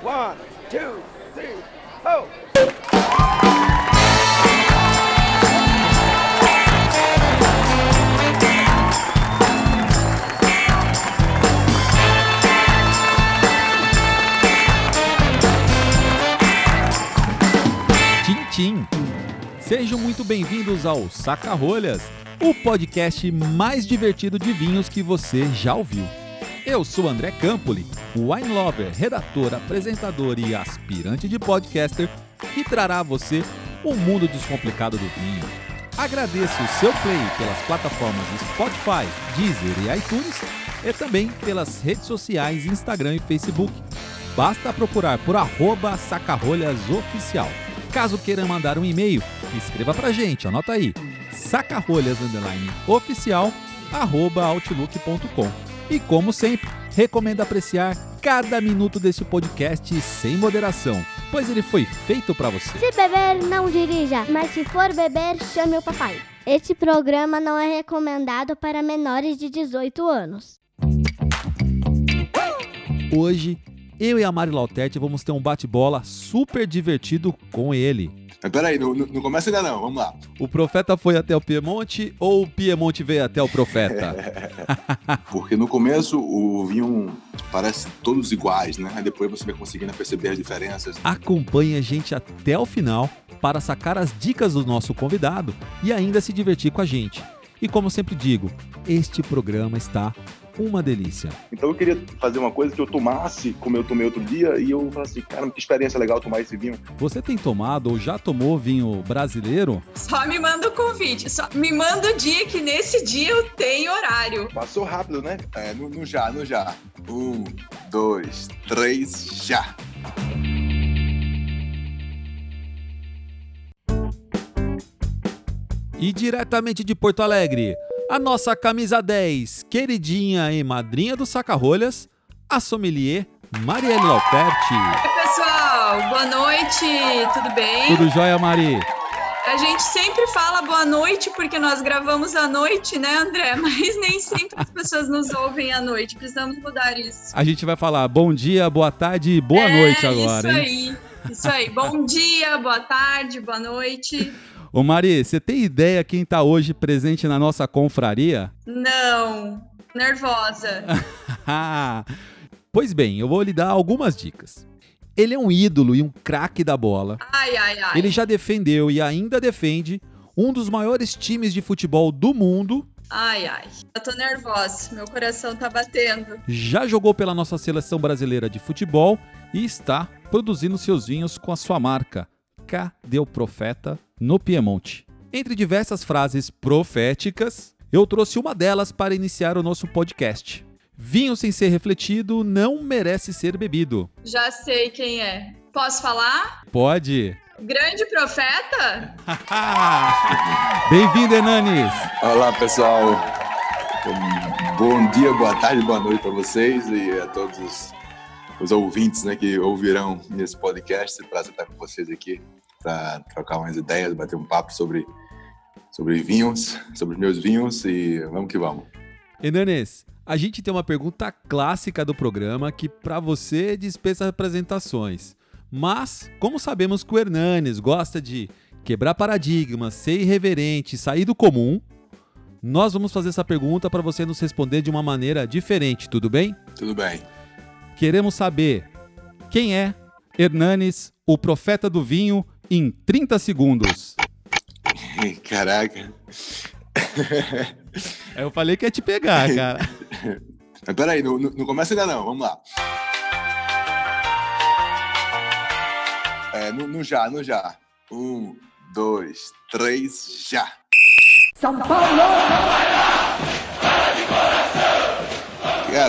1, 2, 3, ho! Tchim! Sejam muito bem-vindos ao Saca-Rolhas, o podcast mais divertido de vinhos que você já ouviu. Eu sou André Campoli, wine lover, redator, apresentador e aspirante de podcaster que trará a você o mundo descomplicado do vinho. Agradeço o seu play pelas plataformas Spotify, Deezer e iTunes e também pelas redes sociais Instagram e Facebook. Basta procurar por @sacarolhasoficial. Caso queira mandar um e-mail, escreva pra gente, anota aí, sacarolhas_oficial@outlook.com. E como sempre, recomendo apreciar cada minuto desse podcast sem moderação, pois ele foi feito pra você. Se beber, não dirija, mas se for beber, chame o papai. Este programa não é recomendado para menores de 18 anos. Hoje, eu e a Mari Lauterti vamos ter um bate-bola super divertido com ele. Mas peraí, não começa ainda não, vamos lá. O profeta foi até o Piemonte ou o Piemonte veio até o profeta? Porque no começo o vinho parece todos iguais, né? Aí depois você vai conseguindo perceber as diferenças. Acompanhe a gente até o final para sacar as dicas do nosso convidado e ainda se divertir com a gente. E como sempre digo, este programa está uma delícia. Então eu queria fazer uma coisa que eu tomasse, como eu tomei outro dia, e eu falei assim, cara, que experiência legal tomar esse vinho. Você tem tomado ou já tomou vinho brasileiro? Só me manda o convite, só me manda o dia que nesse dia eu tenho horário. Passou rápido, né? No já. 1, 2, 3, já! E diretamente de Porto Alegre, a nossa camisa 10, queridinha e madrinha do Saca-Rolhas, a sommelier Marielle Lauterti. Oi, pessoal, boa noite, tudo bem? Tudo jóia, Mari? A gente sempre fala boa noite porque nós gravamos à noite, né, André? Mas nem sempre as pessoas nos ouvem à noite, precisamos mudar isso. A gente vai falar bom dia, boa tarde e boa noite agora, Isso aí, bom dia, boa tarde, boa noite. Ô Mari, você tem ideia quem tá hoje presente na nossa confraria? Não, nervosa. Pois bem, eu vou lhe dar algumas dicas. Ele é um ídolo e um craque da bola. Ai. Ele já defendeu e ainda defende um dos maiores times de futebol do mundo. Ai, eu tô nervosa, meu coração tá batendo. Já jogou pela nossa seleção brasileira de futebol e está produzindo seus vinhos com a sua marca Cadê o Profeta no Piemonte. Entre diversas frases proféticas, eu trouxe uma delas para iniciar o nosso podcast. Vinho sem ser refletido não merece ser bebido. Já sei quem é. Posso falar? Pode. Grande Profeta? Bem-vindo, Hernanes. Olá, pessoal. Bom dia, boa tarde, boa noite para vocês e a todos os ouvintes, né, que ouvirão nesse podcast. Prazer estar com vocês aqui para trocar umas ideias, bater um papo sobre vinhos, sobre meus vinhos e vamos que vamos. Hernanes, a gente tem uma pergunta clássica do programa que para você dispensa apresentações. Mas, como sabemos que o Hernanes gosta de quebrar paradigmas, ser irreverente, sair do comum, nós vamos fazer essa pergunta para você nos responder de uma maneira diferente, tudo bem? Tudo bem. Queremos saber quem é Hernanes, o profeta do vinho, em 30 segundos. Caraca. Eu falei que ia te pegar, cara. Mas peraí, não começa ainda não, vamos lá. No já. 1, 2, 3, já! São Paulo! Cara,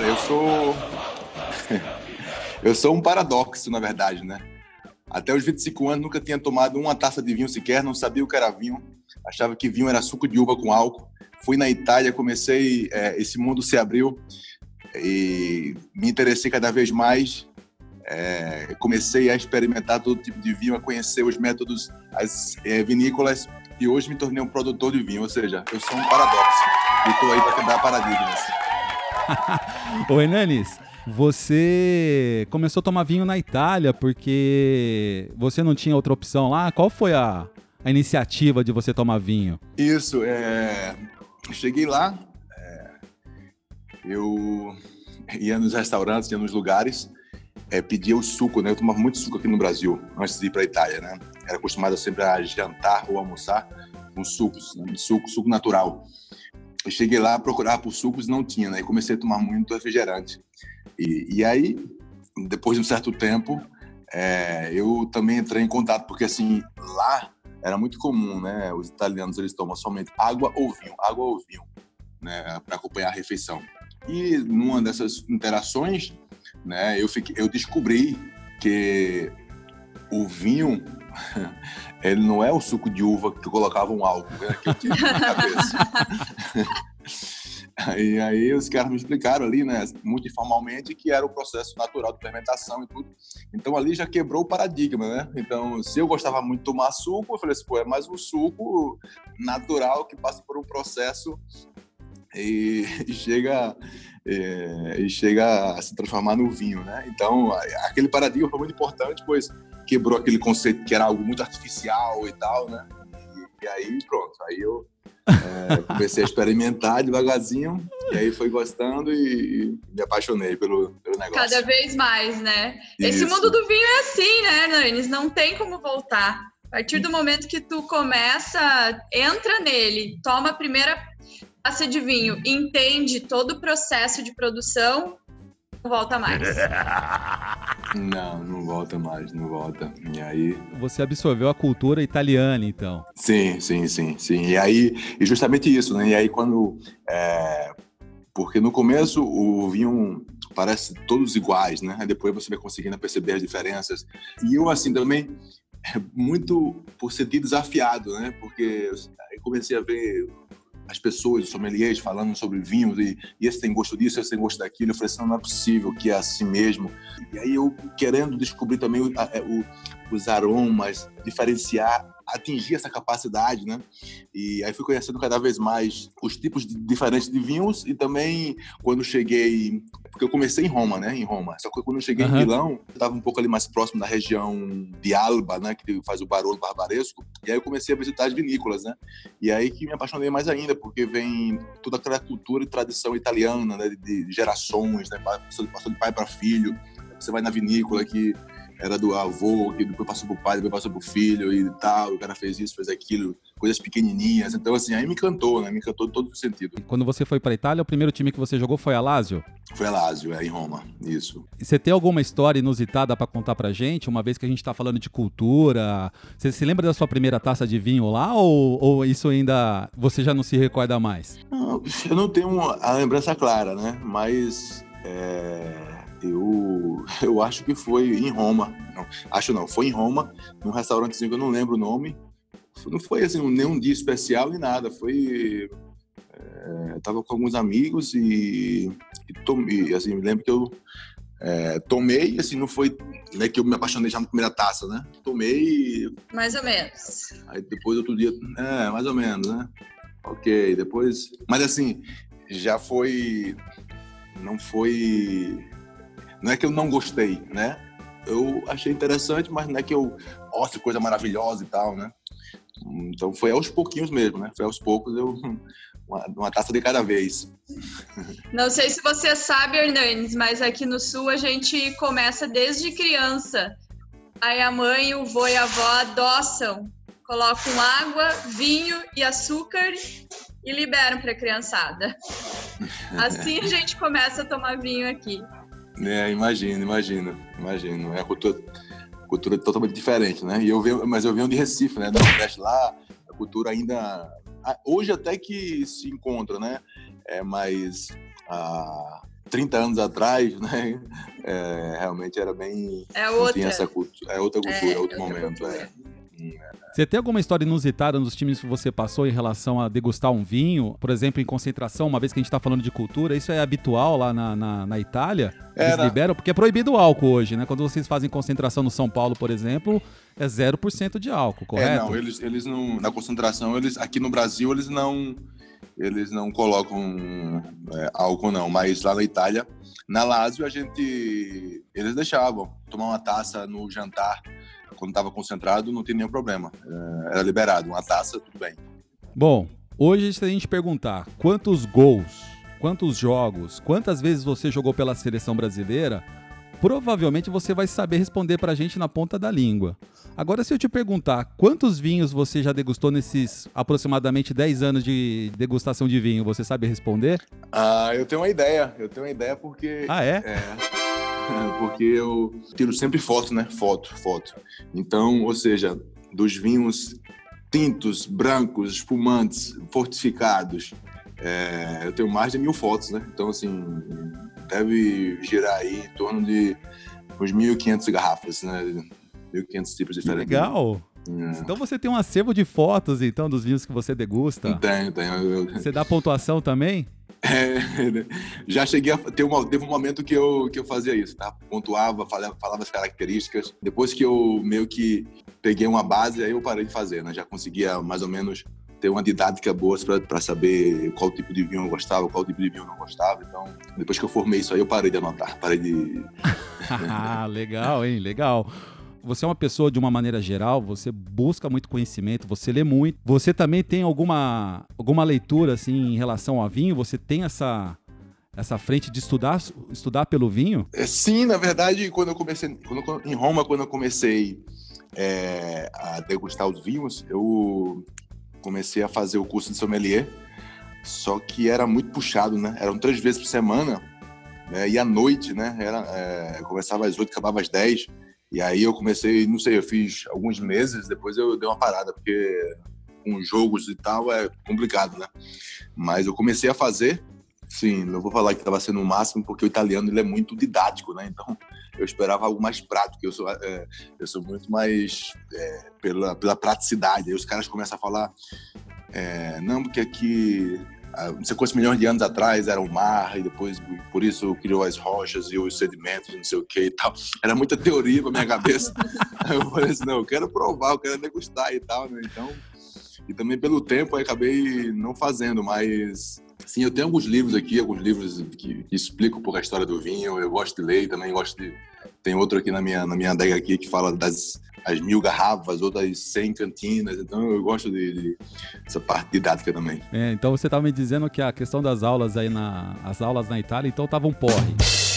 eu sou um paradoxo, na verdade, né? Até os 25 anos nunca tinha tomado uma taça de vinho sequer, não sabia o que era vinho, achava que vinho era suco de uva com álcool. Fui na Itália, comecei, esse mundo se abriu e me interessei cada vez mais. Comecei a experimentar todo tipo de vinho, a conhecer os métodos, as vinícolas e hoje me tornei um produtor de vinho, ou seja, eu sou um paradoxo e estou aí para quebrar paradigmas. Ô Hernanes, Você começou a tomar vinho na Itália porque você não tinha outra opção lá? Qual foi a iniciativa de você tomar vinho? Isso, cheguei lá, eu ia nos restaurantes, ia nos lugares, pedia o suco, né? Eu tomava muito suco aqui no Brasil, antes de ir para a Itália, né? Era acostumado sempre a jantar ou almoçar com sucos, né? Suco natural. Eu cheguei lá a procurar por sucos, não tinha, né? E comecei a tomar muito refrigerante. E aí, depois de um certo tempo, eu também entrei em contato, porque assim, lá era muito comum, né? Os italianos, eles tomam somente água ou vinho, né? Para acompanhar a refeição. E numa dessas interações, né? Eu descobri que o vinho, ele não é o suco de uva que colocavam álcool, né? Que eu tinha na cabeça. Aí os caras me explicaram ali, né, muito informalmente, que era o processo natural de fermentação e tudo. Então ali já quebrou o paradigma, né? Então, se eu gostava muito de tomar suco, eu falei assim, é mais um suco natural que passa por um processo e chega a se transformar no vinho, né? Então, aquele paradigma foi muito importante, pois quebrou aquele conceito que era algo muito artificial e tal, né? E aí, pronto. Aí eu comecei a experimentar devagarzinho, e aí foi gostando e me apaixonei pelo negócio. Cada vez mais, né? Isso. Esse mundo do vinho é assim, né, Hernanes? Não tem como voltar. A partir do momento que tu começa, entra nele, toma a primeira taça de vinho, entende todo o processo de produção, não volta mais. Não volta mais, não volta. E aí... Você absorveu a cultura italiana, então. Sim. E justamente isso, né? E aí quando... Porque no começo o vinho parece todos iguais, né? Aí depois você vai conseguindo perceber as diferenças. E eu, assim, também, muito por sentir desafiado, né? Porque eu comecei a ver as pessoas, os sommeliers, falando sobre vinhos, e esse tem gosto disso, esse tem gosto daquilo. Eu falei assim, não é possível que é assim mesmo. E aí eu querendo descobrir também os aromas, diferenciar, atingir essa capacidade, né? E aí fui conhecendo cada vez mais os tipos diferentes de vinhos, e também quando cheguei... Porque eu comecei em Roma, né? Só que quando eu cheguei em Milão, eu estava um pouco ali mais próximo da região de Alba, né? Que faz o Barolo Barbaresco. E aí eu comecei a visitar as vinícolas, né? E aí que me apaixonei mais ainda, porque vem toda aquela cultura e tradição italiana, né? De gerações, né? Passou de pai para filho. Você vai na vinícola que era do avô, que depois passou pro pai, depois passou pro filho e tal, o cara fez isso, fez aquilo, coisas pequenininhas. Então, assim, aí me encantou, né? Me encantou em todo sentido. Quando você foi pra Itália, o primeiro time que você jogou foi a Lazio? Foi a Lazio, em Roma, isso. E você tem alguma história inusitada pra contar pra gente? Uma vez que a gente tá falando de cultura, você se lembra da sua primeira taça de vinho lá, ou isso ainda você já não se recorda mais? Não, eu não tenho a lembrança clara, né? Mas... Eu acho que foi em Roma. Foi em Roma, num restaurantezinho que eu não lembro o nome. Não foi assim, nenhum dia especial nem nada. Foi... Eu tava com alguns amigos e tomei, assim, me lembro que eu tomei, assim, não foi, né, que eu me apaixonei já na primeira taça, né? Tomei... Mais ou menos. Aí depois, outro dia... mais ou menos, né? Ok, depois... Mas assim, já foi... Não é que eu não gostei, né? Eu achei interessante, mas não é que nossa, coisa maravilhosa e tal, né? Então foi aos pouquinhos mesmo, né? Foi aos poucos, uma taça de cada vez. Não sei se você sabe, Hernanes, mas aqui no Sul a gente começa desde criança. Aí a mãe, o vô e a avó adoçam, colocam água, vinho e açúcar e liberam para a criançada. Assim a gente começa a tomar vinho aqui. Imagino. É a cultura totalmente diferente, né? Mas eu venho de Recife, né? Do Nordeste lá, a cultura ainda... Hoje até que se encontra, né? Mas há 30 anos atrás, né? Realmente era bem... É outra. Tinha essa cultura, é outra cultura, outro momento. Você tem alguma história inusitada nos times que você passou em relação a degustar um vinho? Por exemplo, em concentração, uma vez que a gente está falando de cultura, isso é habitual lá na Itália? Eles liberam? Porque é proibido o álcool hoje, né? Quando vocês fazem concentração no São Paulo, por exemplo, é 0% de álcool, correto? Não, eles não, na concentração, aqui no Brasil, eles não colocam álcool, não. Mas lá na Itália, na Lazio, eles deixavam tomar uma taça no jantar. Quando estava concentrado, não tinha nenhum problema. Era liberado. Uma taça, tudo bem. Bom, hoje, se a gente perguntar quantos gols, quantos jogos, quantas vezes você jogou pela seleção brasileira, provavelmente você vai saber responder pra gente na ponta da língua. Agora, se eu te perguntar quantos vinhos você já degustou nesses aproximadamente 10 anos de degustação de vinho, você sabe responder? Eu tenho uma ideia. Porque... Ah, é? Porque eu tiro sempre foto, né? Foto. Então, ou seja, dos vinhos tintos, brancos, espumantes, fortificados, eu tenho mais de 1000 fotos, né? Então, assim, deve girar aí em torno de uns 1.500 garrafas, né? 1.500 tipos diferentes. Legal! Então você tem um acervo de fotos, então, dos vinhos que você degusta? Tenho. Você dá pontuação também? Já cheguei a ter teve um momento que eu fazia isso, tá? Pontuava, falava as características. Depois que eu meio que peguei uma base, aí eu parei de fazer, né? Já conseguia mais ou menos ter uma didática boa para saber qual tipo de vinho eu gostava, qual tipo de vinho eu não gostava. Então, depois que eu formei isso aí, eu parei de anotar, Legal, hein? Legal. Você é uma pessoa, de uma maneira geral, você busca muito conhecimento, você lê muito. Você também tem alguma leitura, assim, em relação ao vinho? Você tem essa frente de estudar pelo vinho? Sim, na verdade, em Roma, quando eu comecei a degustar os vinhos, eu comecei a fazer o curso de sommelier, só que era muito puxado, né? Eram 3 vezes por semana, né? E à noite, né? Eu começava às 8, acabava às 10. E aí eu comecei, não sei, eu fiz alguns meses, depois eu dei uma parada, porque com jogos e tal é complicado, né? Mas eu comecei a fazer, sim, não vou falar que estava sendo o máximo, porque o italiano ele é muito didático, né? Então eu esperava algo mais prático, eu sou muito mais pela praticidade. Aí os caras começam a falar, não, porque aqui... Você conhece milhões de anos atrás, era o mar, e depois, por isso, criou as rochas e os sedimentos, não sei o que e tal. Era muita teoria pra minha cabeça. Eu falei assim, não, eu quero provar, eu quero degustar e tal, né? Então, e também pelo tempo, eu acabei não fazendo, mas... Sim, eu tenho alguns livros aqui, que explicam um pouco a história do vinho, eu gosto de ler e também gosto de... Tem outro aqui na minha adega aqui que fala das 1.000 garrafas, outras 100 cantinas, então eu gosto dessa parte didática também. Então você estava me dizendo que a questão das aulas aí as aulas na Itália, então estavam porre.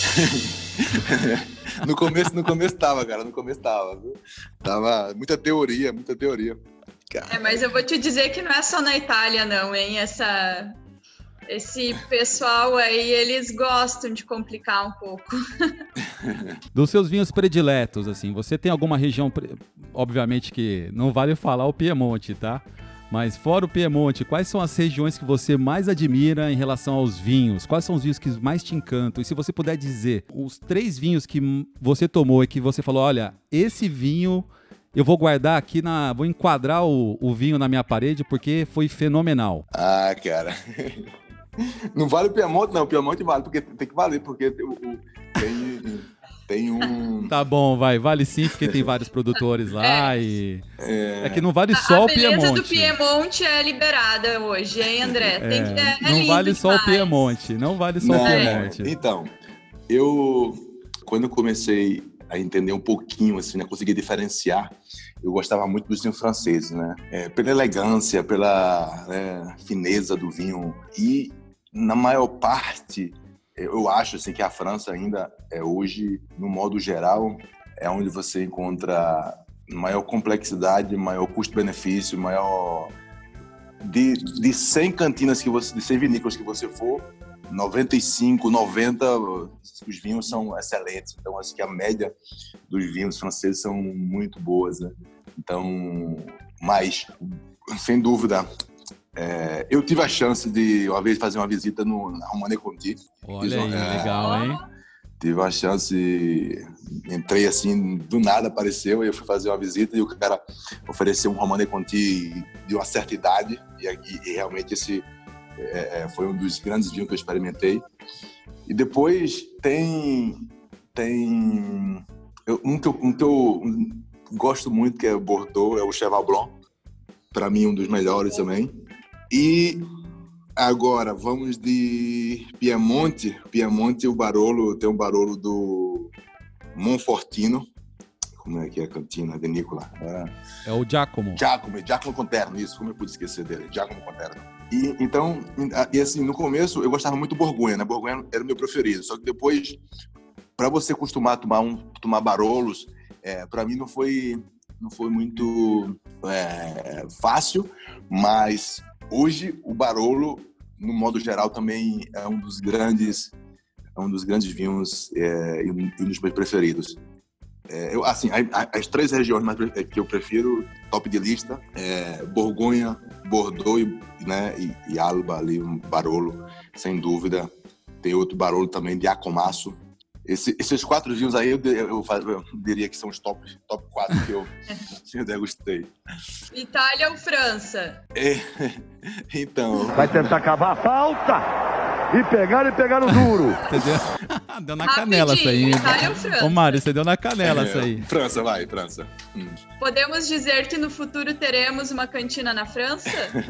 No começo tava, cara, viu? Tava muita teoria. Mas eu vou te dizer que não é só na Itália não, hein, esse pessoal aí, eles gostam de complicar um pouco. Dos seus vinhos prediletos, assim, você tem alguma região, obviamente que não vale falar o Piemonte, tá? Mas fora o Piemonte, quais são as regiões que você mais admira em relação aos vinhos? Quais são os vinhos que mais te encantam? E se você puder dizer, os 3 vinhos que você tomou e que você falou, olha, esse vinho eu vou guardar aqui, vou enquadrar o vinho na minha parede porque foi fenomenal. Ah, cara... Não vale o Piemonte, não. O Piemonte vale, porque tem que valer, porque tem um... Tá bom, vale sim, porque tem vários produtores lá e... É que não vale só o Piemonte. A beleza do Piemonte é liberada hoje, hein, André? Não vale só o Piemonte, não vale só o Piemonte. Então, quando eu comecei a entender um pouquinho, assim, né, conseguir diferenciar, eu gostava muito dos vinhos franceses, né? Pela elegância, pela fineza do vinho. E, na maior parte, eu acho assim, que a França ainda hoje, no modo geral, é onde você encontra maior complexidade, maior custo-benefício, maior... De 100 cantinas, de 100 vinícolas que você for, 95, 90, os vinhos são excelentes. Então, acho que a média dos vinhos franceses são muito boas, né? Então, mas, sem dúvida, eu tive a chance de, uma vez, fazer uma visita na Romanée-Conti. Olha aí, legal, hein? tive uma chance, entrei assim, do nada apareceu, e eu fui fazer uma visita e o cara ofereceu um Romanée Conti de uma certa idade, e realmente esse foi um dos grandes vinhos que eu experimentei. E depois um que eu gosto muito, que é o Bordeaux, é o Cheval Blanc, para mim um dos melhores também. E agora, vamos de Piemonte. Piemonte, o Barolo, tem um Barolo do Monfortino. Como é que é a cantina, a vinícola? É o Giacomo. Giacomo Conterno, isso, como eu pude esquecer dele, Giacomo Conterno. E assim, no começo eu gostava muito do Borgonha, né? Borgonha era o meu preferido, só que depois, para você acostumar a tomar Barolos, para mim não foi muito fácil, mas hoje o Barolo, no modo geral, também é um dos grandes vinhos e um dos meus preferidos. As 3 regiões que eu prefiro, top de lista, Borgonha, Bordeaux e Alba, ali, um Barolo, sem dúvida. Tem outro Barolo também, de Acomasso. Esses 4 vinhos aí, eu diria que são os top 4 que eu degustei. Itália ou França? Então... Vai tentar cavar a falta! E pegaram duro. Deu na canela essa aí. Itália ou França? Ô, Mário, você deu na canela essa aí. França. Podemos dizer que no futuro teremos uma cantina na França?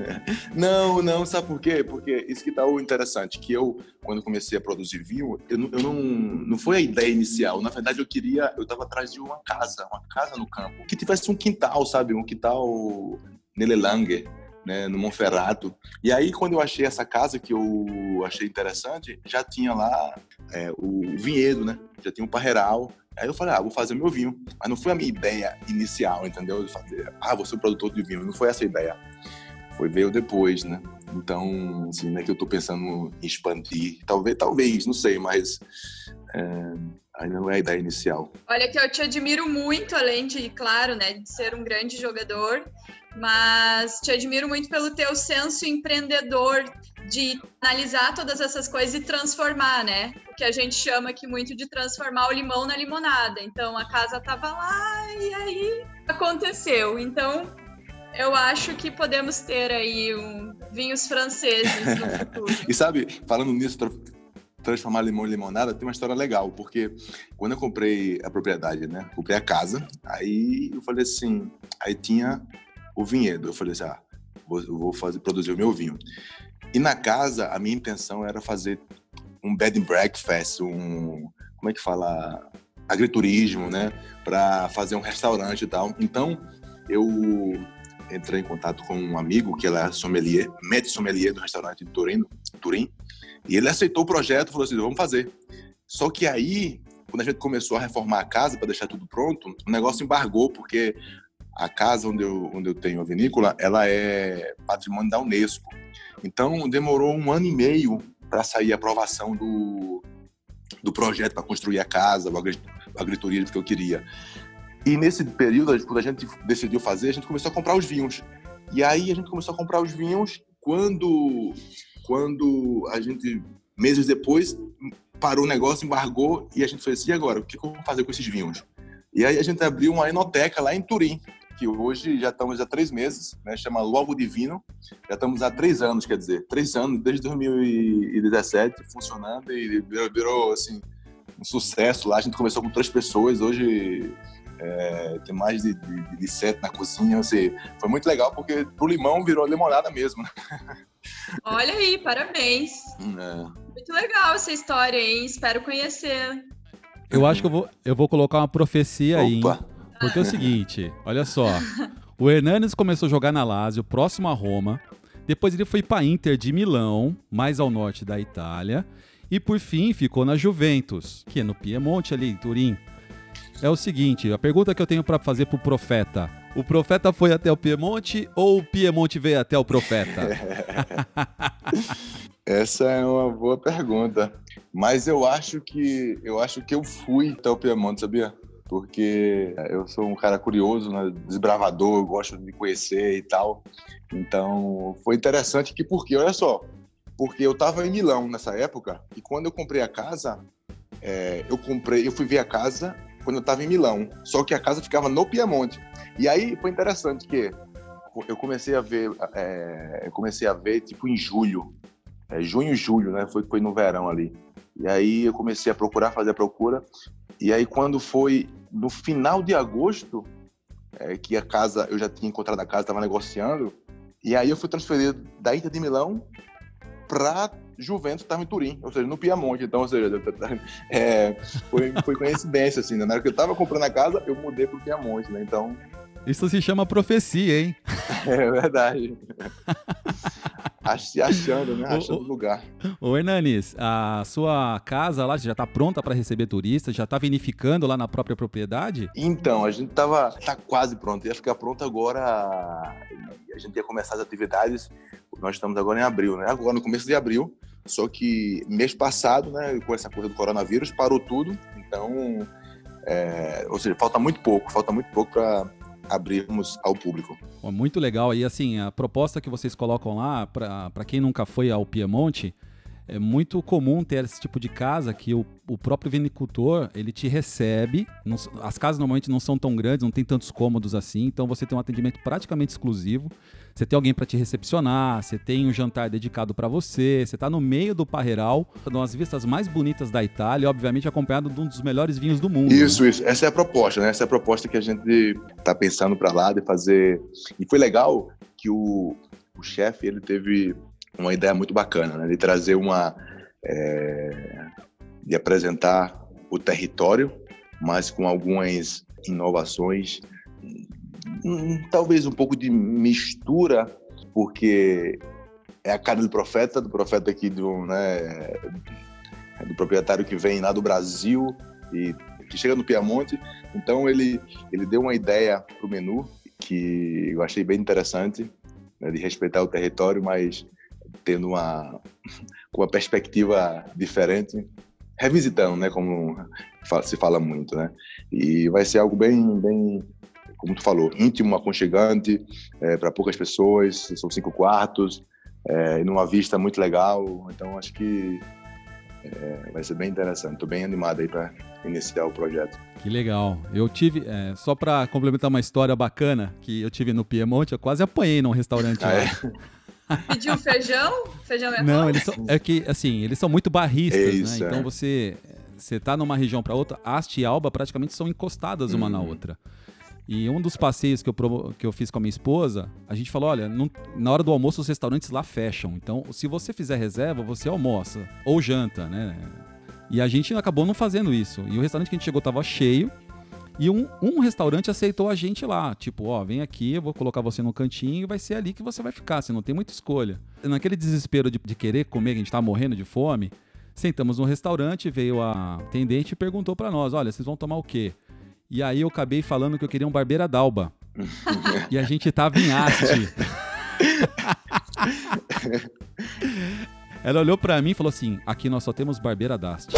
Não, sabe por quê? Porque isso que tá o interessante, que quando comecei a produzir vinho, não foi a ideia inicial. Na verdade, eu tava atrás de uma casa no campo, que tivesse um quintal, sabe? Um quintal Nelelange, né, no Monferrato. E aí, quando eu achei essa casa, que eu achei interessante, já tinha lá o vinhedo, né? Já tinha um parreiral. Aí eu falei, vou fazer meu vinho. Mas não foi a minha ideia inicial, entendeu? De fazer, vou ser produtor de vinho. Não foi essa a ideia. Veio depois, né? Então, assim, não é que eu tô pensando em expandir. Talvez, não sei, mas ainda não é a ideia inicial. Olha, que eu te admiro muito, além de, claro, né, de ser um grande jogador, mas te admiro muito pelo teu senso empreendedor de analisar todas essas coisas e transformar, né? O que a gente chama aqui muito de transformar o limão na limonada. Então, a casa tava lá e aí aconteceu. Então, eu acho que podemos ter aí vinhos franceses no futuro. E sabe, falando nisso, transformar limão em limonada, tem uma história legal, porque quando eu comprei a propriedade, né? Comprei a casa, aí eu falei assim, aí tinha o vinhedo. Eu falei assim, vou produzir o meu vinho. E na casa, a minha intenção era fazer um bed and breakfast, como é que fala? Agriturismo, né? Para fazer um restaurante e tal. Então, eu entrei em contato com um amigo, que ele é sommelier, maître sommelier do restaurante de Turim, e ele aceitou o projeto, falou assim, vamos fazer. Só que aí, quando a gente começou a reformar a casa para deixar tudo pronto, o negócio embargou, porque a casa onde eu tenho a vinícola, ela é patrimônio da Unesco. Então, demorou 1 ano e meio para sair a aprovação do projeto para construir a casa, o agriturismo que eu queria. E nesse período, quando a gente decidiu fazer, a gente começou a comprar os vinhos. E aí a gente começou a comprar os vinhos quando a gente, meses depois, parou o negócio, embargou, e a gente fez assim, e agora? O que eu vou fazer com esses vinhos? E aí a gente abriu uma enoteca lá em Turim, que hoje já estamos há 3 meses, né? Chama Luogo di Vino. Já estamos há 3 anos, quer dizer, 3 anos, desde 2017, funcionando, e virou assim, um sucesso lá. A gente começou com 3 pessoas, hoje tem mais de 7 na cozinha. Assim, foi muito legal, porque pro limão virou limonada mesmo. Olha aí, parabéns. Muito legal essa história, hein? Espero conhecer. Eu acho que eu vou colocar uma profecia aí, hein? Opa! Porque é o seguinte, olha só, o Hernanes começou a jogar na Lazio, próximo a Roma, depois ele foi para Inter de Milão, mais ao norte da Itália, e por fim ficou na Juventus, que é no Piemonte ali, em Turim. É o seguinte, a pergunta que eu tenho para fazer pro Profeta, o Profeta foi até o Piemonte ou o Piemonte veio até o Profeta? Essa é uma boa pergunta, mas eu acho que eu fui até o Piemonte, sabia? Porque eu sou um cara curioso, né? Desbravador, eu gosto de conhecer e tal. Então, foi interessante porque, olha só, porque eu estava em Milão nessa época, e quando eu comprei a casa, eu fui ver a casa quando eu estava em Milão, só que a casa ficava no Piemonte. E aí foi interessante que eu comecei a ver tipo em julho, junho e julho, né? Foi no verão ali. E aí eu comecei a procurar, fazer a procura. E aí quando foi no final de agosto, que a casa, eu já tinha encontrado a casa, estava negociando, e aí eu fui transferido da Inter de Milão para Juventus, estava em Turim, ou seja, no Piemonte. Então, ou seja, foi coincidência, assim, né? Na hora que eu estava comprando a casa, eu mudei para o Piemonte, né? Então... Isso se chama profecia, hein? É verdade. Se achando, né? Achando lugar. Ô, Hernanes, a sua casa lá já está pronta para receber turistas? Já está vinificando lá na própria propriedade? Então, a gente tá quase pronto. Ia ficar pronto agora. A gente ia começar as atividades. Nós estamos agora em abril, né? Agora, no começo de abril. Só que mês passado, né? Com essa coisa do coronavírus, parou tudo. Então, ou seja, falta muito pouco para abrirmos ao público. Muito legal. E assim, a proposta que vocês colocam lá, para quem nunca foi ao Piemonte, é muito comum ter esse tipo de casa que o próprio vinicultor, ele te recebe. As casas normalmente não são tão grandes, não tem tantos cômodos assim, então você tem um atendimento praticamente exclusivo. Você tem alguém para te recepcionar, você tem um jantar dedicado para você está no meio do Parreiral, nas vistas mais bonitas da Itália, obviamente acompanhado de um dos melhores vinhos do mundo. Isso. Essa é a proposta, né? Essa é a proposta que a gente está pensando para lá de fazer. E foi legal que o chefe, ele teve uma ideia muito bacana, né? De trazer de apresentar o território, mas com algumas inovações, talvez um pouco de mistura, porque é a cara do profeta aqui do proprietário que vem lá do Brasil e que chega no Piemonte. Então ele deu uma ideia para o menu que eu achei bem interessante, né, de respeitar o território, mas tendo uma perspectiva diferente, revisitando, né, como se fala muito, né? E vai ser algo bem, como tu falou, íntimo, aconchegante, para poucas pessoas, são 5 quartos, numa vista muito legal. Então acho que vai ser bem interessante. Estou bem animado aí para iniciar o projeto. Que legal. Eu tive, só para complementar uma história bacana que eu tive no Piemonte, eu quase apanhei num restaurante lá. Pediu feijão? Feijão é Não, eles são muito barristas, Isso, né? Então você tá numa região para outra, Asti e Alba praticamente são encostadas uma na outra. E um dos passeios que eu fiz com a minha esposa, a gente falou, olha, na hora do almoço os restaurantes lá fecham. Então, se você fizer reserva, você almoça ou janta, né? E a gente acabou não fazendo isso. E o restaurante que a gente chegou estava cheio. E um restaurante aceitou a gente lá. Tipo, vem aqui, eu vou colocar você no cantinho e vai ser ali que você vai ficar. Você não tem muita escolha. Naquele desespero de querer comer, que a gente tava morrendo de fome, sentamos no restaurante, veio a atendente e perguntou para nós, olha, vocês vão tomar o quê? E aí eu acabei falando que eu queria um Barbeira d'Alba. E a gente tava em Asti. Ela olhou pra mim e falou assim, aqui nós só temos Barbeira d'Asti.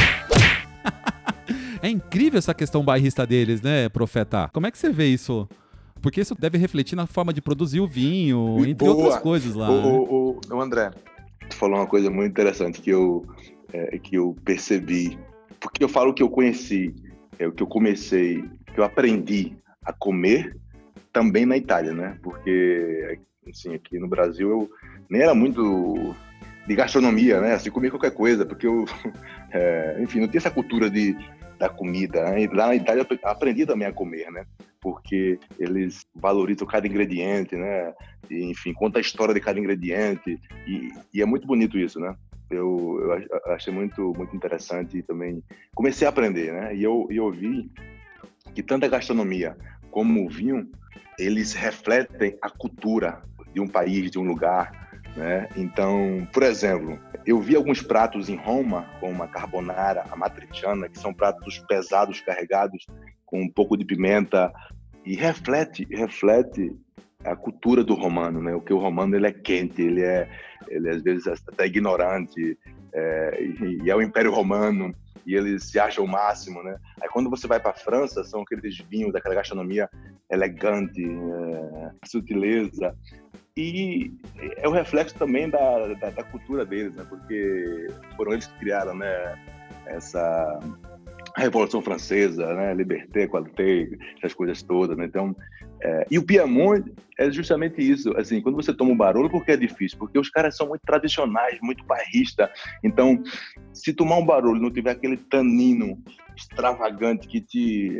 É incrível essa questão bairrista deles, né, Profeta? Como é que você vê isso? Porque isso deve refletir na forma de produzir o vinho, entre outras coisas lá. André, tu falou uma coisa muito interessante que eu percebi. Porque eu falo que eu conheci, o que eu comecei, que eu aprendi a comer também na Itália, né? Porque, assim, aqui no Brasil eu nem era muito de gastronomia, né? Assim, comia qualquer coisa, porque eu, enfim, não tinha essa cultura da comida, né? Lá na Itália eu aprendi também a comer, né? Porque eles valorizam cada ingrediente, né? E, enfim, conta a história de cada ingrediente e é muito bonito isso, né? Eu achei muito, muito interessante e também comecei a aprender, né? E eu vi que tanto a gastronomia como o vinho, eles refletem a cultura de um país, de um lugar, né? Então, por exemplo, eu vi alguns pratos em Roma, como a carbonara, a matriciana, que são pratos pesados, carregados, com um pouco de pimenta, e reflete a cultura do romano, né? O que o romano, ele é quente, ele às vezes até ignorante, e é o Império Romano, e eles se acham o máximo, né? Aí quando você vai para a França, são aqueles vinhos daquela gastronomia elegante, sutileza, e é o reflexo também da cultura deles, né? Porque foram eles que criaram, né? essa Revolução Francesa, né? Liberté, Égalité, essas coisas todas, né? Então, e o Piemonte é justamente isso, assim, quando você toma um Barolo, por que é difícil? Porque os caras são muito tradicionais, muito bairristas. Então, se tomar um Barolo e não tiver aquele tanino extravagante que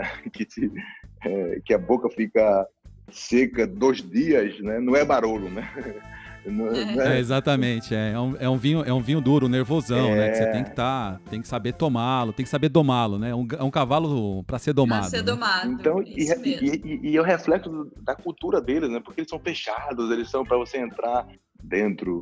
a boca fica seca 2 dias, né? Não é Barolo, né? Exatamente, é um vinho duro, nervosão, né? Que você tem que saber tomá-lo, tem que saber domá-lo, né? É um cavalo para ser domado. Para ser domado. Então, e é o reflexo da cultura deles, né? Porque eles são fechados, eles são para você entrar dentro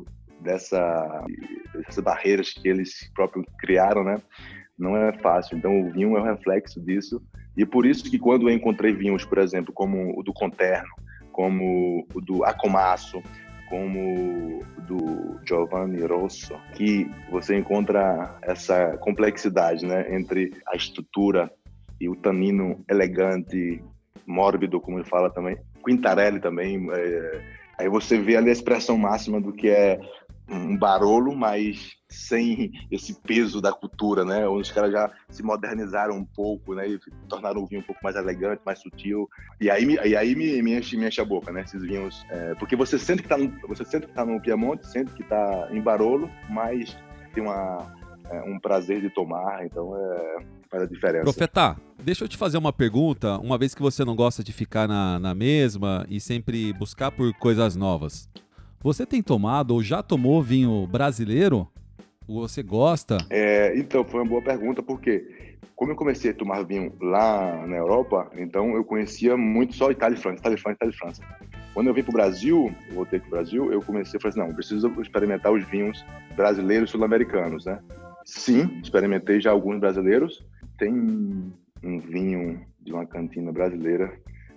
dessas barreiras que eles próprios criaram, né? Não é fácil. Então, o vinho é um reflexo disso. E por isso que quando eu encontrei vinhos, por exemplo, como o do Conterno, como o do Acomasso, como do Giovanni Rosso, que você encontra essa complexidade, né, entre a estrutura e o tanino elegante, mórbido, como ele fala também, Quintarelli também, aí você vê ali a expressão máxima do que é um Barolo, mas sem esse peso da cultura, né? Os caras já se modernizaram um pouco, né? E tornaram o vinho um pouco mais elegante, mais sutil. E aí me enche a boca, né? Esses vinhos, porque você sente que tá no Piemonte, sente que tá em Barolo, mas tem um prazer de tomar, então faz a diferença. Profeta, deixa eu te fazer uma pergunta, uma vez que você não gosta de ficar na mesma e sempre buscar por coisas novas. Você tem tomado ou já tomou vinho brasileiro? Você gosta? Então, foi uma boa pergunta, porque como eu comecei a tomar vinho lá na Europa, então eu conhecia muito só Itália e França. Quando eu vim para o Brasil, voltei para o Brasil, eu comecei a falar assim, não, eu preciso experimentar os vinhos brasileiros e sul-americanos, né? Sim, experimentei já alguns brasileiros. Tem um vinho de uma cantina brasileira,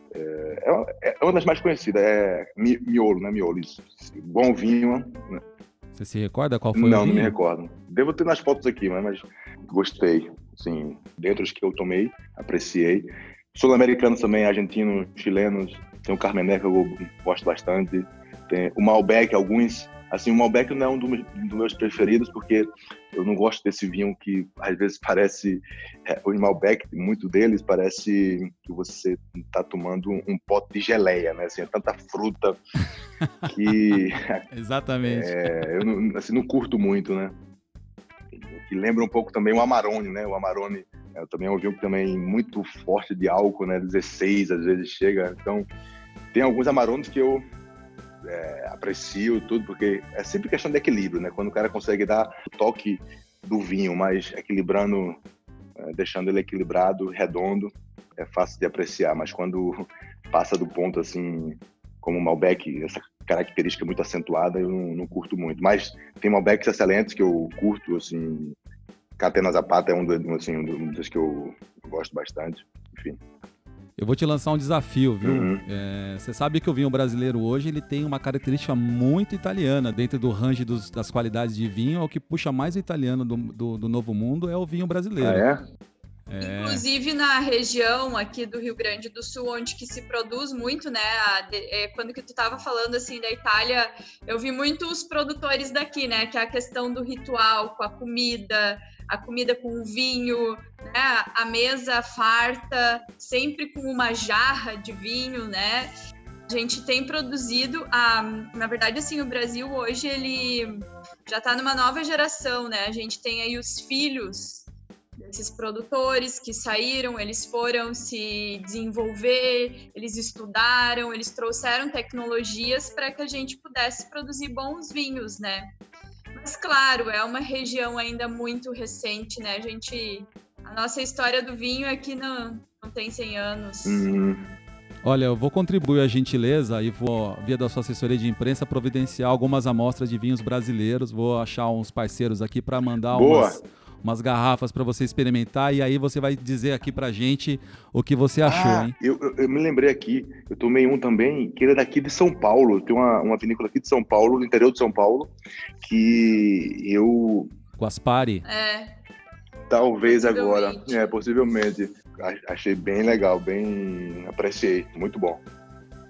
é uma das mais conhecidas, Miolo, né? Miolo, isso. Bom vinho. Né? Você se recorda qual foi o vinho? Não me recordo. Devo ter nas fotos aqui, mas gostei. Assim, dentre os que eu tomei, apreciei. Sul-americanos também, argentinos, chilenos. Tem o Carmener, que eu gosto bastante. Tem o Malbec, alguns. Assim, o Malbec não é um dos meus preferidos, porque eu não gosto desse vinho que às vezes parece... o Malbec, muito deles, parece que você está tomando um pote de geleia, né? Assim, é tanta fruta que... Exatamente. Eu não curto muito, né? Que lembra um pouco também o Amarone, né? O Amarone também é um vinho também muito forte de álcool, né? 16, às vezes chega. Então, tem alguns Amarones que eu... aprecio tudo, porque é sempre questão de equilíbrio, né? Quando o cara consegue dar o toque do vinho, mas equilibrando, deixando ele equilibrado, redondo, é fácil de apreciar, mas quando passa do ponto, assim, como o Malbec, essa característica muito acentuada, eu não curto muito. Mas tem Malbecs excelentes que eu curto, assim, Catena Zapata é um dos que eu gosto bastante, enfim. Eu vou te lançar um desafio, viu? Uhum. Você sabe que o vinho brasileiro hoje ele tem uma característica muito italiana. Dentro do range das qualidades de vinho, o que puxa mais o italiano do Novo Mundo é o vinho brasileiro. Ah, Inclusive na região aqui do Rio Grande do Sul, onde que se produz muito, né? Quando que tu estava falando assim da Itália, eu vi muitos produtores daqui, né? Que é a questão do ritual com a comida com o vinho, né? A mesa farta, sempre com uma jarra de vinho, né? A gente tem produzido, na verdade, assim, o Brasil hoje, ele já está numa nova geração, né? A gente tem aí os filhos desses produtores que saíram, eles foram se desenvolver, eles estudaram, eles trouxeram tecnologias para que a gente pudesse produzir bons vinhos, né? Mas, claro, é uma região ainda muito recente, né? A nossa história do vinho aqui não tem 100 anos. Uhum. Olha, eu vou contribuir a gentileza e vou, via da sua assessoria de imprensa, providenciar algumas amostras de vinhos brasileiros. Vou achar uns parceiros aqui para mandar umas garrafas para você experimentar, e aí você vai dizer aqui pra gente o que você achou, hein? Eu me lembrei aqui, eu tomei um também, que ele é daqui de São Paulo, tem uma vinícola aqui de São Paulo, no interior de São Paulo, que eu... Guaspari? Talvez agora, possivelmente. Achei bem legal, bem apreciei, muito bom.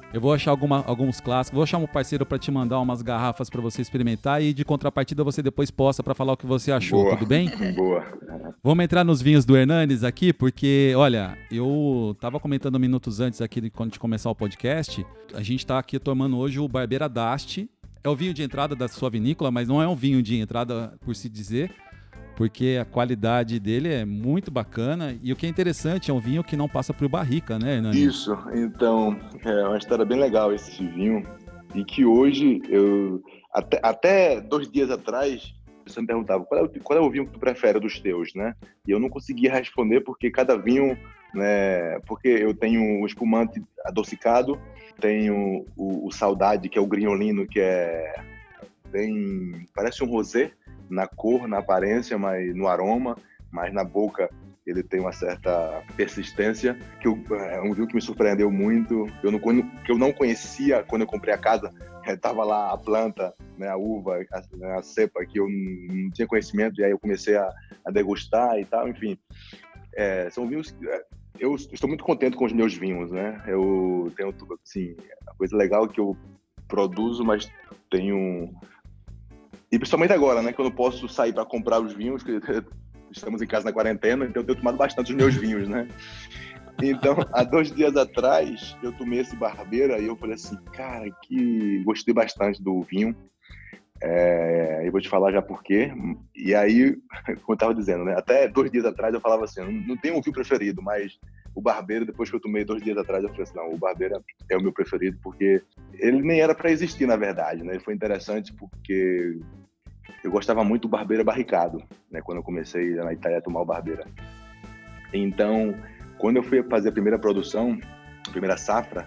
Eu vou achar alguns clássicos, vou chamar um parceiro para te mandar umas garrafas para você experimentar e de contrapartida você depois posta para falar o que você achou, Boa. tudo bem? Boa. Vamos entrar nos vinhos do Hernanes aqui, porque, olha, eu tava comentando minutos antes aqui de quando de começar o podcast, a gente tá aqui tomando hoje o Barbera d'Asti. É o vinho de entrada da sua vinícola, mas não é um vinho de entrada por se dizer, porque a qualidade dele é muito bacana e o que é interessante é um vinho que não passa por barrica, né, Hernanes? Isso, então, é uma história bem legal esse vinho, e que hoje, até 2 dias atrás, você me perguntava, qual é o vinho que tu prefere dos teus, né? E eu não conseguia responder, porque cada vinho, né, porque eu tenho o espumante adocicado, tenho o Saudade, que é o Grignolino, que é bem, parece um rosé, na cor, na aparência, mas no aroma, mas na boca ele tem uma certa persistência, é um vinho que me surpreendeu muito, que eu não conhecia quando eu comprei a casa, estava lá a planta, né, a uva, a cepa, que eu não tinha conhecimento, e aí eu comecei a degustar e tal, enfim. São vinhos... Eu estou muito contente com os meus vinhos, né? Eu tenho, assim, a coisa legal que eu produzo, mas tenho... E principalmente agora, né, que eu não posso sair para comprar os vinhos, porque estamos em casa na quarentena, então eu tenho tomado bastante os meus vinhos, né? Então, há 2 dias atrás, eu tomei esse Barbeira e eu falei assim, cara, que gostei bastante do vinho. Eu vou te falar já por quê. E aí, como eu estava dizendo, né, até 2 dias atrás eu falava assim, não tenho um vinho preferido, mas o Barbeira, depois que eu tomei 2 dias atrás, eu falei assim, não, o Barbeira é o meu preferido, porque ele nem era para existir, na verdade, né? Ele foi interessante porque eu gostava muito do Barbeira barricado, né? Quando eu comecei na Itália a tomar o Barbeira. Então, quando eu fui fazer a primeira produção, a primeira safra,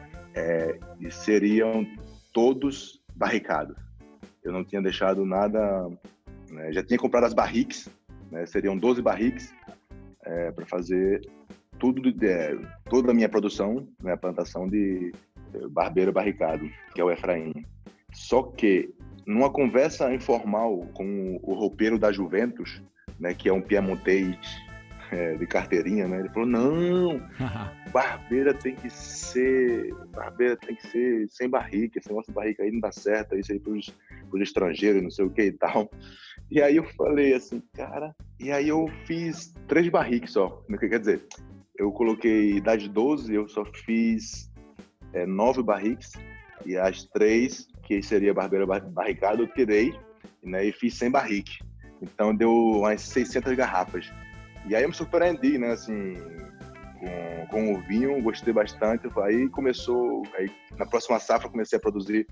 seriam todos barricados. Eu não tinha deixado nada, né? Já tinha comprado as barriques, né? Seriam 12 barriques para fazer toda a minha produção, né? A plantação de Barbeira barricado, que é o Efraim. Só que, numa conversa informal com o roupeiro da Juventus, né? Que é um piemontês de carteirinha, né? Ele falou, não, Barbeira tem que ser sem barrica, esse negócio de barrica aí não dá certo, isso aí pros estrangeiros, não sei o que e tal. E aí eu falei assim, cara, e aí eu fiz 3 barriques só, quer dizer, eu coloquei das 12, eu só fiz 9 barriques, e as 3, que seria Barbeira barricado, eu tirei, né, e fiz sem barrique. Então deu umas 600 garrafas. E aí eu me surpreendi, né, assim, com o vinho, gostei bastante. Aí na próxima safra comecei a produzir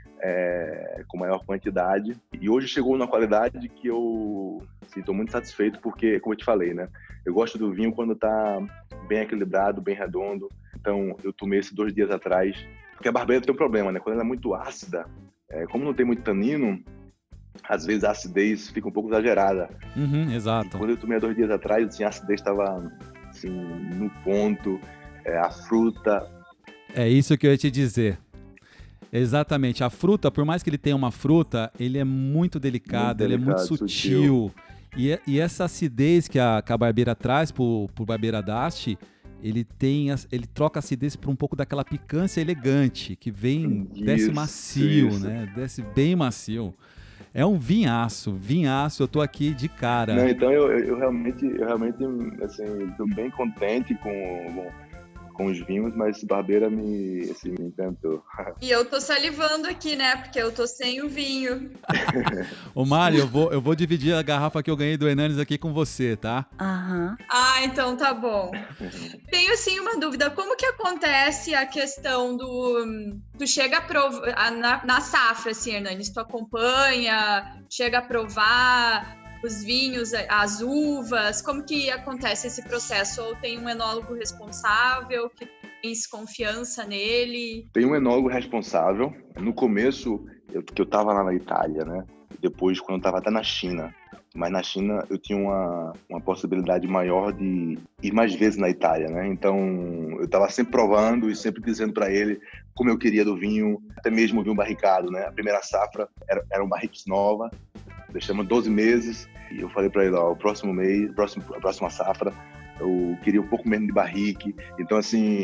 com maior quantidade. E hoje chegou na qualidade que eu estou muito satisfeito, porque, como eu te falei, né, eu gosto do vinho quando está bem equilibrado, bem redondo. Então eu tomei esse 2 dias atrás, porque a Barbeira tem um problema, né, quando ela é muito ácida, como não tem muito tanino, às vezes a acidez fica um pouco exagerada. Exato. E quando eu tomei há 2 dias atrás, assim, a acidez estava assim, no ponto, a fruta... É isso que eu ia te dizer. Exatamente. A fruta, por mais que ele tenha uma fruta, ele é muito delicado, ele é muito sutil. E essa acidez que a Barbeira traz pro Barbeira d'Asti, ele troca a acidez por um pouco daquela picância elegante, que desce macio, né? Desce bem macio. É um vinhaço, eu tô aqui de cara. Não, então eu realmente, assim, tô bem contente com os vinhos, mas esse Barbeira me encantou. E eu tô salivando aqui, né, porque eu tô sem o vinho. Ô Mário, eu vou dividir a garrafa que eu ganhei do Hernanes aqui com você, tá? Aham. Ah, então tá bom. Tenho sim uma dúvida, como que acontece a questão tu chega a provar, na safra, assim, Hernanes, tu acompanha, chega a provar os vinhos, as uvas, como que acontece esse processo? Ou tem um enólogo responsável que tem confiança nele? Tem um enólogo responsável. No começo, porque eu estava lá na Itália, né? Depois, quando eu estava até na China. Mas na China, eu tinha uma possibilidade maior de ir mais vezes na Itália, né? Então, eu estava sempre provando e sempre dizendo para ele como eu queria do vinho, até mesmo o vinho barricado, né? A primeira safra era um barriques nova, deixamos 12 meses, e eu falei para ele, ó, a próxima safra, eu queria um pouco menos de barrique. Então, assim,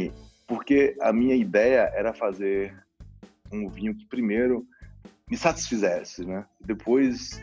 porque a minha ideia era fazer um vinho que primeiro me satisfizesse, né? Depois,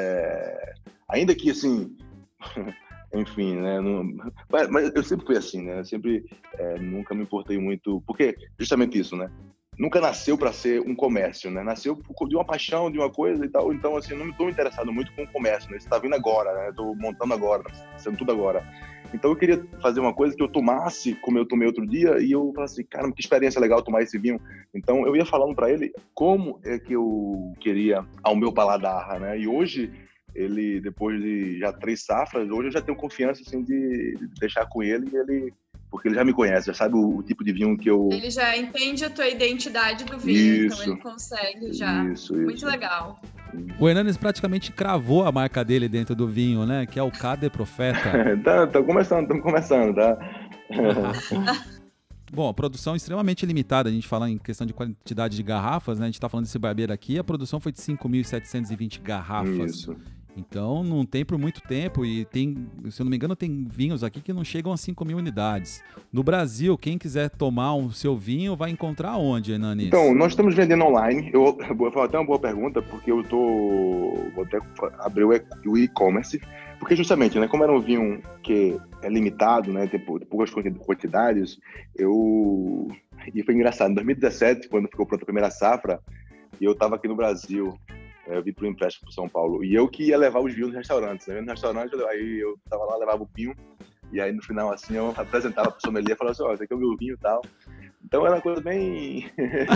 ainda que assim, enfim, né? Mas eu sempre fui assim, né? Eu sempre nunca me importei muito, porque justamente isso, né? Nunca nasceu para ser um comércio, né? Nasceu de uma paixão, de uma coisa e tal. Então, assim, não estou interessado muito com o comércio, né? Isso está vindo agora, né? Estou montando agora, sendo tudo agora. Então, eu queria fazer uma coisa que eu tomasse, como eu tomei outro dia, e eu falei assim, caramba, que experiência legal tomar esse vinho. Então, eu ia falando para ele como é que eu queria ao meu paladar, né? E hoje, ele, depois de já 3 safras, hoje eu já tenho confiança, assim, de deixar com ele, e ele... Porque ele já me conhece, já sabe o tipo de vinho que eu... Ele já entende a tua identidade do vinho, Isso. então ele consegue já. Isso. Muito legal. O Hernanes praticamente cravou a marca dele dentro do vinho, né? Que é o Cade Profeta. Estamos começando, tá? Bom, a produção é extremamente limitada. A gente fala em questão de quantidade de garrafas, né? A gente tá falando desse barbeiro aqui. A produção foi de 5.720 garrafas. Isso. Então, não tem por muito tempo e tem, se eu não me engano, tem vinhos aqui que não chegam a 5.000 unidades. No Brasil, quem quiser tomar o seu vinho vai encontrar onde, Hernanes? Então, nós estamos vendendo online. Foi até uma boa pergunta, porque eu vou até abrir o e-commerce, porque justamente, né, como era um vinho que é limitado, né, tem poucas quantidades, e foi engraçado, em 2017, quando ficou pronta a primeira safra, e eu estava aqui no Brasil, eu vim para o empréstimo para São Paulo. E eu que ia levar os vinhos nos restaurantes. Né? No restaurante, aí eu estava lá, levava o vinho. E aí, no final, assim, eu apresentava para o sommelier e falava assim, esse aqui é o meu vinho e tal. Então, era uma coisa bem...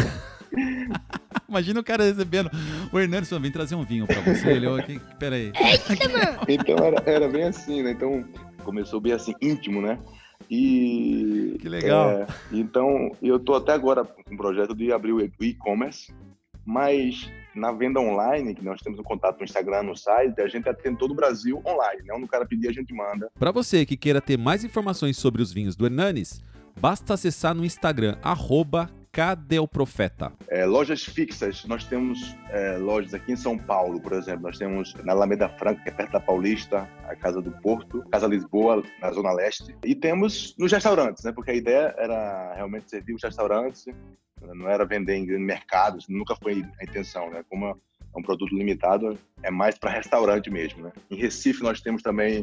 Imagina o cara recebendo. O Hernanes vem trazer um vinho para você. Ele, aqui, peraí. Então, era bem assim, né? Então, começou bem assim, íntimo, né? E... Que legal. Então, eu estou até agora com um projeto de abrir o e-commerce, mas... Na venda online, que nós temos um contato no Instagram, no site, a gente atende todo o Brasil online, né? Onde o cara pedir, a gente manda. Para você que queira ter mais informações sobre os vinhos do Hernanes, basta acessar no Instagram, @cadeoprofeta. Lojas fixas, nós temos lojas aqui em São Paulo, por exemplo, nós temos na Alameda Franca, que é perto da Paulista, a Casa do Porto, Casa Lisboa, na Zona Leste, e temos nos restaurantes, né? Porque a ideia era realmente servir os restaurantes, não era vender em mercados, nunca foi a intenção, né? Como é um produto limitado, é mais para restaurante mesmo, né? Em Recife nós temos também,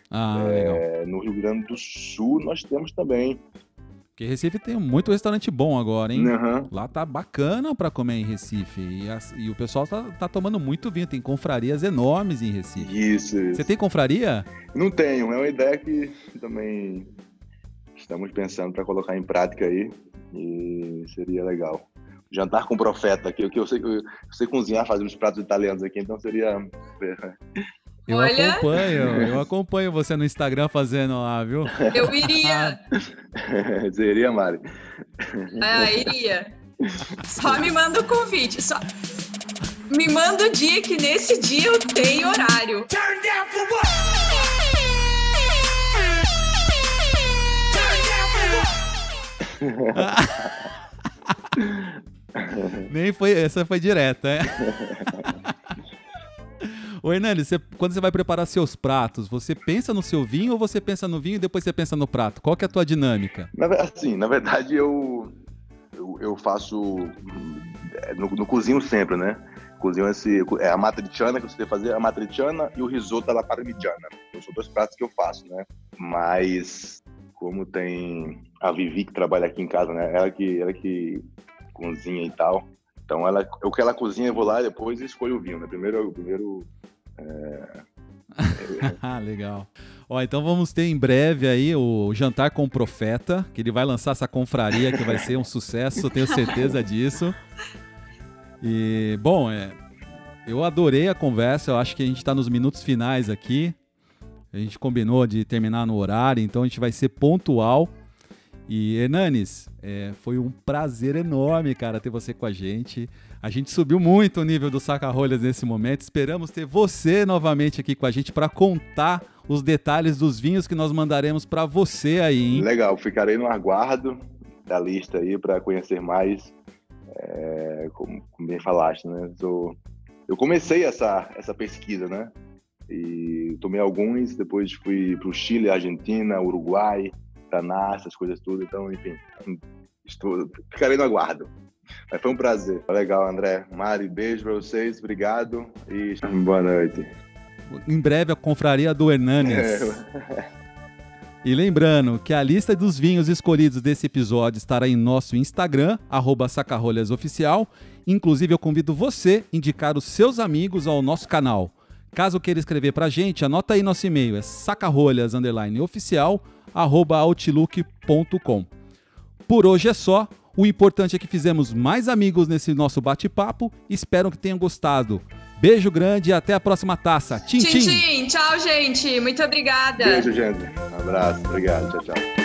no Rio Grande do Sul nós temos também. Porque Recife tem muito restaurante bom agora, hein? Uhum. Lá tá bacana para comer em Recife e o pessoal tá tomando muito vinho, tem confrarias enormes em Recife. Isso. Você tem confraria? Não tenho, é uma ideia que também estamos pensando para colocar em prática aí. E seria legal. Jantar com profeta, que eu sei cozinhar, fazer uns pratos italianos aqui, então seria... Eu acompanho você no Instagram fazendo lá, viu? Eu iria. Você iria, Mari? Iria. Só me manda o convite. Me manda o dia que nesse dia eu tenho horário. Turn down for what? Nem foi, essa foi direta, é? Ô Hernanes, quando você vai preparar seus pratos, você pensa no seu vinho ou você pensa no vinho e depois você pensa no prato? Qual que é a tua dinâmica? Na verdade, eu faço no cozinho sempre, né? Cozinho a matriciana que você tem que fazer, a matriciana e o risoto alla parmigiana. São 2 pratos que eu faço, né? Mas como tem a Vivi que trabalha aqui em casa, né? Ela que cozinha e tal. Então, o que ela cozinha, eu vou lá e depois escolho o vinho, né? Primeiro Legal. Então vamos ter em breve aí o Jantar com o Profeta, que ele vai lançar essa confraria que vai ser um sucesso, tenho certeza disso. E, bom, eu adorei a conversa, eu acho que a gente está nos minutos finais aqui. A gente combinou de terminar no horário, então a gente vai ser pontual. E, Hernanes, foi um prazer enorme, cara, ter você com a gente. A gente subiu muito o nível do Saca-Rolhas nesse momento. Esperamos ter você novamente aqui com a gente para contar os detalhes dos vinhos que nós mandaremos para você aí, hein? Legal, ficarei no aguardo da lista aí para conhecer mais, como bem falaste, né? Eu comecei essa pesquisa, né? E tomei alguns, depois fui para o Chile, Argentina, Uruguai, Taná, essas coisas tudo. Então, enfim, ficarei no aguardo. Mas foi um prazer. Legal, André. Mari, beijo pra vocês. Obrigado e boa noite. Em breve, a confraria do Hernanes. E lembrando que a lista dos vinhos escolhidos desse episódio estará em nosso Instagram, @sacarolhasoficial. Inclusive, eu convido você a indicar os seus amigos ao nosso canal. Caso queira escrever pra gente, anota aí nosso e-mail, é sacarolhas_oficial@outlook.com. Por hoje é só. O importante é que fizemos mais amigos nesse nosso bate-papo. Espero que tenham gostado. Beijo grande e até a próxima taça. Tchim, tchim. Tchim, tchim. Tchau, gente. Muito obrigada. Beijo, gente. Um abraço. Obrigado. Tchau, tchau.